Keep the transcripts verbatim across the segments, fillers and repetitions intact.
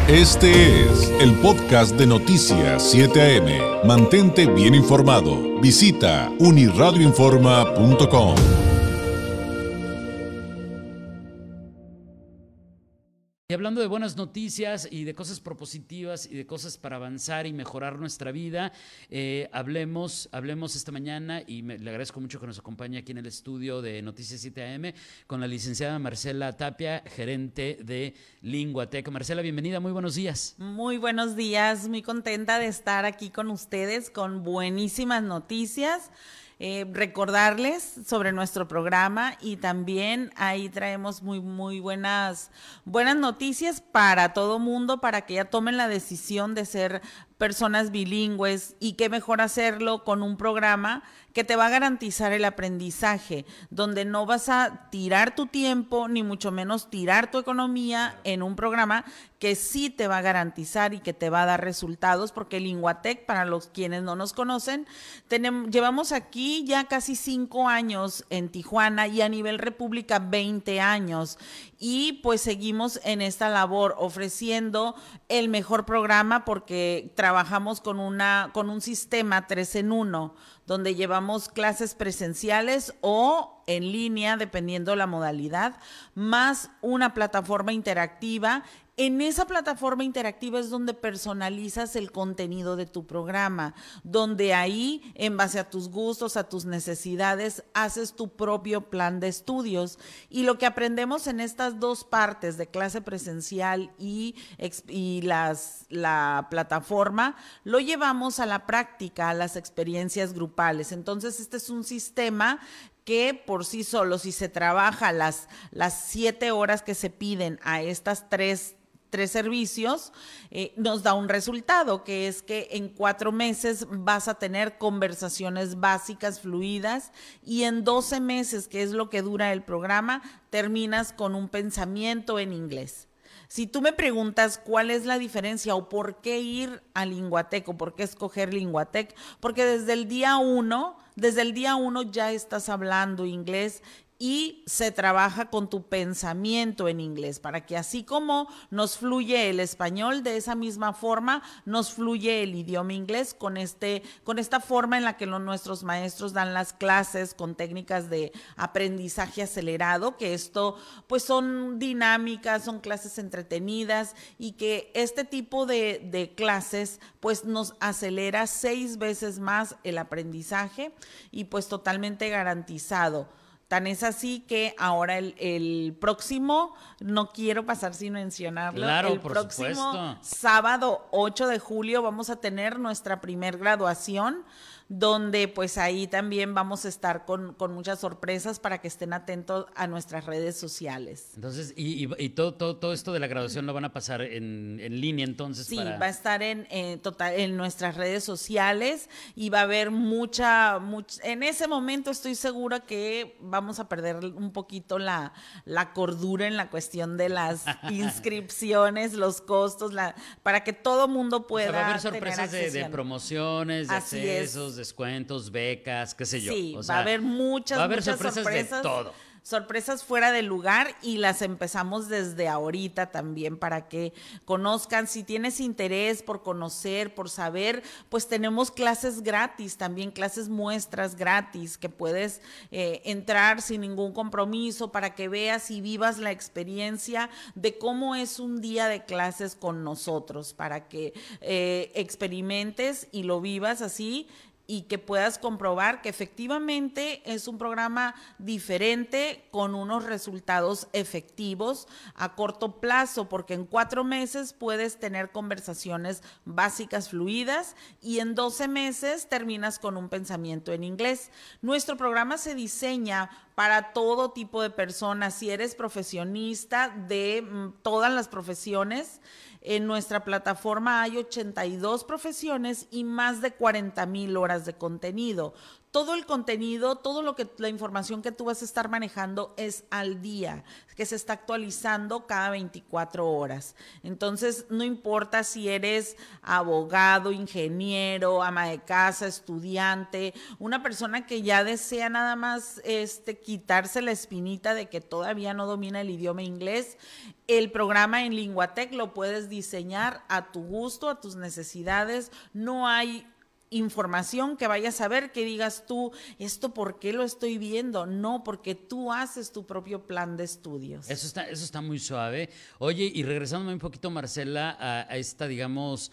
Este es el podcast de Noticias siete A M. Mantente bien informado. Visita uniradioinforma punto com. Y hablando de buenas noticias y de cosas propositivas y de cosas para avanzar y mejorar nuestra vida, eh, hablemos, hablemos esta mañana y me, le agradezco mucho que nos acompañe aquí en el estudio de Noticias siete A M con la licenciada Marcela Tapia, gerente de Linguatec. Marcela, bienvenida, muy buenos días. Muy buenos días, muy contenta de estar aquí con ustedes con buenísimas noticias. Eh, recordarles sobre nuestro programa y también ahí traemos muy muy buenas buenas noticias para todo mundo, para que ya tomen la decisión de ser personas bilingües, y qué mejor hacerlo con un programa que te va a garantizar el aprendizaje, donde no vas a tirar tu tiempo ni mucho menos tirar tu economía en un programa que sí te va a garantizar y que te va a dar resultados, porque Linguatec, para los quienes no nos conocen, tenemos, llevamos aquí ya casi cinco años en Tijuana y a nivel República veinte años, y pues seguimos en esta labor ofreciendo el mejor programa porque trabajamos con una con un sistema tres en uno, donde llevamos clases presenciales o en línea, dependiendo la modalidad, más una plataforma interactiva. En esa plataforma interactiva es donde personalizas el contenido de tu programa, donde ahí, en base a tus gustos, a tus necesidades, haces tu propio plan de estudios. Y lo que aprendemos en estas dos partes de clase presencial y, y las, la plataforma, lo llevamos a la práctica, a las experiencias grupales. Entonces, este es un sistema que por sí solo, si se trabaja las, las siete horas que se piden a estas tres tres servicios, eh, nos da un resultado, que es que en cuatro meses vas a tener conversaciones básicas, fluidas, y en doce meses, que es lo que dura el programa, terminas con un pensamiento en inglés. Si tú me preguntas cuál es la diferencia o por qué ir a Linguatec o por qué escoger Linguatec, porque desde el día uno, desde el día uno ya estás hablando inglés y se trabaja con tu pensamiento en inglés, para que así como nos fluye el español, de esa misma forma nos fluye el idioma inglés con, este, con esta forma en la que los, nuestros maestros dan las clases con técnicas de aprendizaje acelerado, que esto pues son dinámicas, son clases entretenidas, y que este tipo de, de clases pues nos acelera seis veces más el aprendizaje y pues totalmente garantizado. Tan es así que ahora el, el próximo, no quiero pasar sin mencionarlo, claro, el por próximo supuesto. sábado ocho de julio vamos a tener nuestra primer graduación, donde pues ahí también vamos a estar con, con muchas sorpresas para que estén atentos a nuestras redes sociales. Entonces, y, y, y todo, todo, todo esto de la graduación lo van a pasar en, en línea entonces. Sí, para... va a estar en, en, total, en nuestras redes sociales, y va a haber mucha, mucha, en ese momento estoy segura que vamos a perder un poquito la, la cordura en la cuestión de las inscripciones, los costos, la, para que todo mundo pueda. O sea, va a haber sorpresas de, de promociones, de Así accesos, es. descuentos, becas, qué sé yo. Sí, o sea, va a haber muchas, va a haber muchas sorpresas, sorpresas de todo. Sorpresas fuera de lugar, y las empezamos desde ahorita también para que conozcan. Si tienes interés por conocer, por saber, pues tenemos clases gratis, también clases muestras gratis que puedes eh, entrar sin ningún compromiso para que veas y vivas la experiencia de cómo es un día de clases con nosotros, para que eh, experimentes y lo vivas así, y que puedas comprobar que efectivamente es un programa diferente con unos resultados efectivos a corto plazo, porque en cuatro meses puedes tener conversaciones básicas fluidas y en doce meses terminas con un pensamiento en inglés. Nuestro programa se diseña para todo tipo de personas. Si eres profesionista de mm, todas las profesiones, en nuestra plataforma hay ochenta y dos profesiones y más de cuarenta mil horas de contenido. todo el contenido, todo lo que la información que tú vas a estar manejando es al día, que se está actualizando cada veinticuatro horas. Entonces, no importa si eres abogado, ingeniero, ama de casa, estudiante, una persona que ya desea nada más este, quitarse la espinita de que todavía no domina el idioma inglés, el programa en Linguatec lo puedes diseñar a tu gusto, a tus necesidades. No hay información que vayas a ver que digas tú, ¿esto por qué lo estoy viendo? No, porque tú haces tu propio plan de estudios. Eso está, eso está muy suave. Oye, y regresándome un poquito, Marcela, a, a esta, digamos,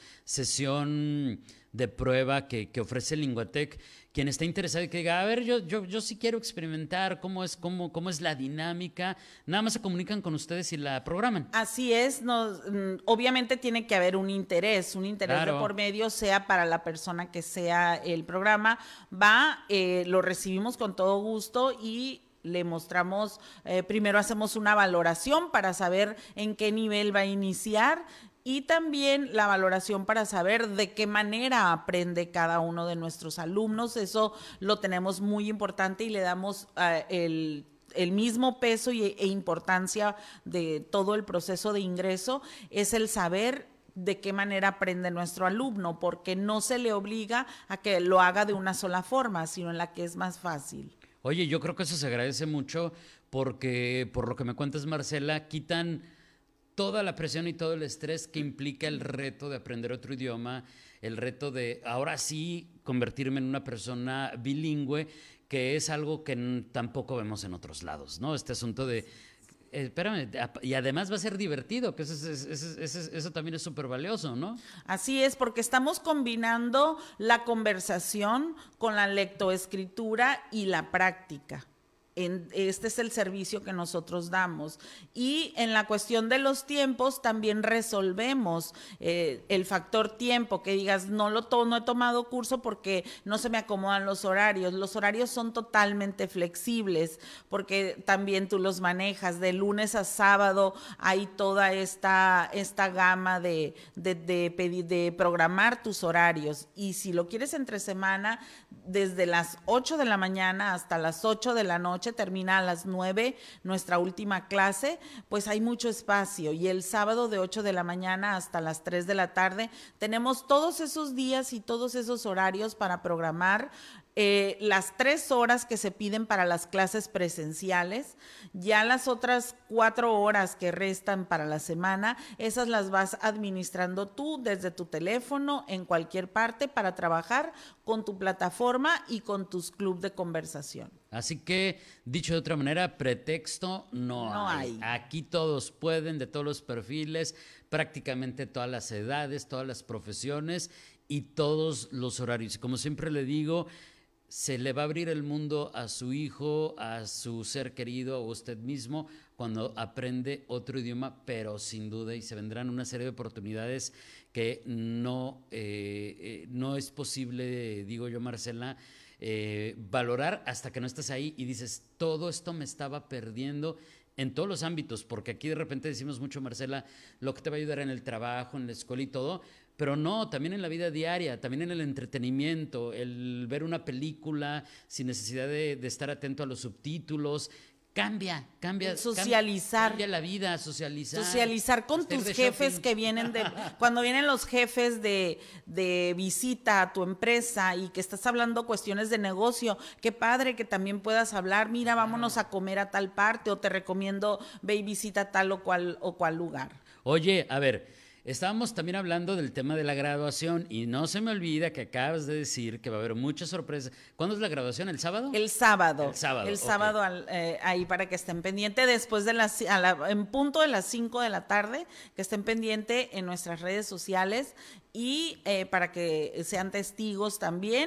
sesión de prueba que, que ofrece Linguatec, quien está interesado y que diga, a ver, yo, yo, yo sí quiero experimentar cómo es, cómo, cómo es la dinámica, nada más se comunican con ustedes y la programan. Así es, nos, obviamente tiene que haber un interés, un interés claro. de por medio, sea para la persona que sea el programa, va, eh, lo recibimos con todo gusto y le mostramos, eh, primero hacemos una valoración para saber en qué nivel va a iniciar, y también la valoración para saber de qué manera aprende cada uno de nuestros alumnos. Eso lo tenemos muy importante y le damos uh, el, el mismo peso y, e importancia de todo el proceso de ingreso, es el saber de qué manera aprende nuestro alumno, porque no se le obliga a que lo haga de una sola forma, sino en la que es más fácil. Oye, yo creo que eso se agradece mucho porque, por lo que me cuentas, Marcela, quitan toda la presión y todo el estrés que implica el reto de aprender otro idioma, el reto de ahora sí convertirme en una persona bilingüe, que es algo que n- tampoco vemos en otros lados, ¿no? Este asunto de, eh, espérame, y además va a ser divertido, que eso, eso, eso, eso, eso también es súper valioso, ¿no? Así es, porque estamos combinando la conversación con la lectoescritura y la práctica. En, este es el servicio que nosotros damos. Y en la cuestión de los tiempos también resolvemos eh, el factor tiempo, que digas, no, lo to no he tomado curso porque no se me acomodan los horarios. Los horarios son totalmente flexibles porque también tú los manejas. De lunes a sábado hay toda esta, esta gama de, de, de, de, de programar tus horarios. Y si lo quieres entre semana, desde las ocho de la mañana hasta las ocho de la noche, termina a las nueve nuestra última clase, pues hay mucho espacio, y el sábado de ocho de la mañana hasta las tres de la tarde tenemos todos esos días y todos esos horarios para programar eh, las tres horas que se piden para las clases presenciales. Ya las otras cuatro horas que restan para la semana, esas las vas administrando tú desde tu teléfono en cualquier parte para trabajar con tu plataforma y con tus clubes de conversación. Así que, dicho de otra manera, pretexto no, no hay. hay. Aquí todos pueden, de todos los perfiles, prácticamente todas las edades, todas las profesiones y todos los horarios. Y como siempre le digo, se le va a abrir el mundo a su hijo, a su ser querido, a usted mismo, cuando aprende otro idioma, pero sin duda, y se vendrán una serie de oportunidades que no, eh, eh, no es posible, digo yo, Marcela, Eh, valorar hasta que no estás ahí y dices, todo esto me estaba perdiendo en todos los ámbitos, porque aquí de repente decimos mucho, Marcela, lo que te va a ayudar en el trabajo, en la escuela y todo, pero no, también en la vida diaria, también en el entretenimiento, el ver una película sin necesidad de, de estar atento a los subtítulos. Cambia, cambia. Socializar. Cambia la vida, socializar. Socializar con tus jefes que vienen de... Cuando vienen los jefes de, de visita a tu empresa y que estás hablando cuestiones de negocio, qué padre que también puedas hablar, mira, vámonos a comer a tal parte, o te recomiendo, ve y visita tal o cual, o cual lugar. Oye, a ver... Estábamos también hablando del tema de la graduación y no se me olvida que acabas de decir que va a haber muchas sorpresas. ¿Cuándo es la graduación? ¿El sábado? El sábado. El sábado. El okay. sábado al, eh, ahí para que estén pendientes después de las, a la, en punto de las cinco de la tarde, que estén pendientes en nuestras redes sociales y eh, para que sean testigos también.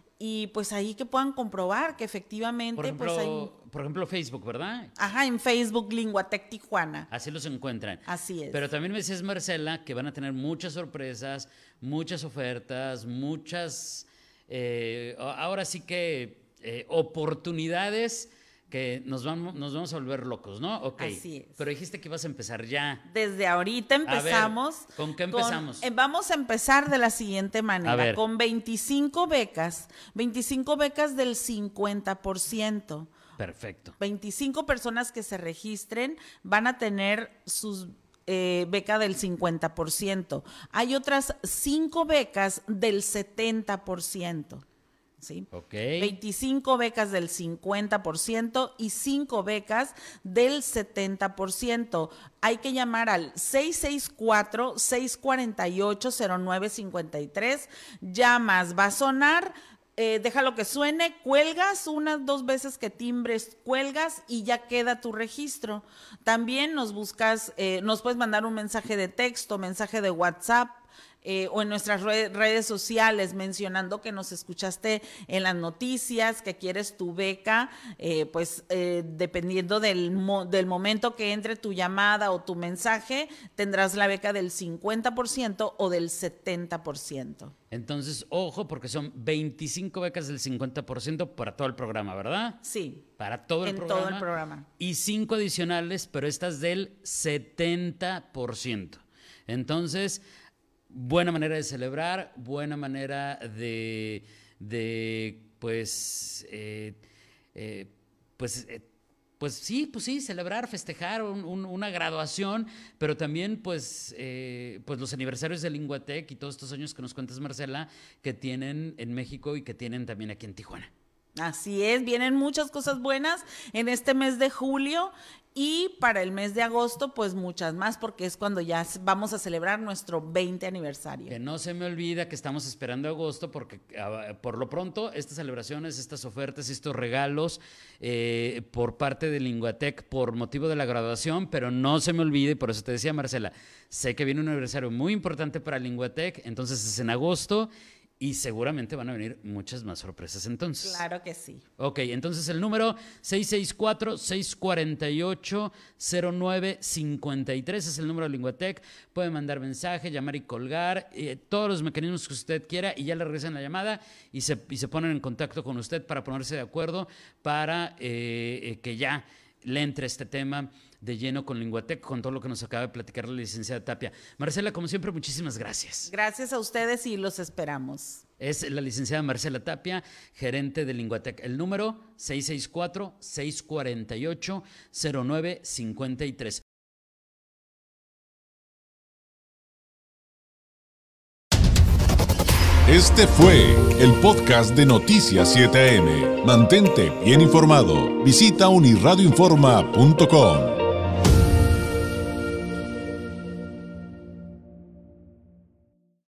Y pues ahí que puedan comprobar que efectivamente... Por ejemplo, pues hay... por ejemplo Facebook, ¿verdad? Ajá, en Facebook, Linguatec Tijuana. Así los encuentran. Así es. Pero también me decías, Marcela, que van a tener muchas sorpresas, muchas ofertas, muchas, eh, ahora sí que eh, oportunidades que nos vamos, nos vamos a volver locos, ¿no? Ok. Así es. Pero dijiste que ibas a empezar ya. Desde ahorita empezamos. A ver, ¿con qué empezamos? Con, eh, vamos a empezar de la siguiente manera, A ver. con veinticinco becas, veinticinco becas del cincuenta por ciento. Perfecto. veinticinco personas que se registren van a tener sus eh, beca del cincuenta por ciento. Hay otras cinco becas del setenta por ciento. ¿Sí? Okay. veinticinco becas del cincuenta por ciento y cinco becas del setenta por ciento. Hay que llamar al seis seis cuatro, seis cuatro ocho, cero nueve cinco tres. Llamas, va a sonar, eh, déjalo que suene, cuelgas unas dos veces que timbres, cuelgas y ya queda tu registro. También nos buscas, eh, nos puedes mandar un mensaje de texto, mensaje de WhatsApp. Eh, o en nuestras red, redes sociales mencionando que nos escuchaste en las noticias, que quieres tu beca, eh, pues eh, dependiendo del, mo del momento que entre tu llamada o tu mensaje, tendrás la beca del cincuenta por ciento o del setenta por ciento. Entonces, ojo, porque son veinticinco becas del cincuenta por ciento para todo el programa, ¿verdad? Sí. Para todo el en programa. todo el programa. Y cinco adicionales, pero estas del setenta por ciento. Entonces, buena manera de celebrar, buena manera de, de pues, eh, eh, pues, eh, pues sí, pues sí, celebrar, festejar un, un, una graduación, pero también pues, eh, pues los aniversarios de Linguatec y todos estos años que nos cuentas, Marcela, que tienen en México y que tienen también aquí en Tijuana. Así es, vienen muchas cosas buenas en este mes de julio y para el mes de agosto, pues muchas más, porque es cuando ya vamos a celebrar nuestro veinte aniversario. Que no se me olvida que estamos esperando agosto, porque por lo pronto estas celebraciones, estas ofertas, estos regalos eh, por parte de Linguatec por motivo de la graduación, pero no se me olvide, por eso te decía, Marcela, sé que viene un aniversario muy importante para Linguatec, entonces es en agosto. Y seguramente van a venir muchas más sorpresas entonces. Claro que sí. Ok, entonces el número seis seis cuatro, seis cuatro ocho, cero nueve cinco tres es el número de Linguatec. Puede mandar mensaje, llamar y colgar, eh, todos los mecanismos que usted quiera y ya le regresan la llamada y se, y se ponen en contacto con usted para ponerse de acuerdo para eh, eh, que ya le entre este tema de lleno con Linguatec, con todo lo que nos acaba de platicar la licenciada Tapia. Marcela, como siempre, muchísimas gracias. Gracias a ustedes y los esperamos. Es la licenciada Marcela Tapia, gerente de Linguatec. El número seis seis cuatro, seis cuatro ocho, cero nueve cinco tres. Este fue el podcast de Noticias siete A M. Mantente bien informado. Visita unirradioinforma punto com.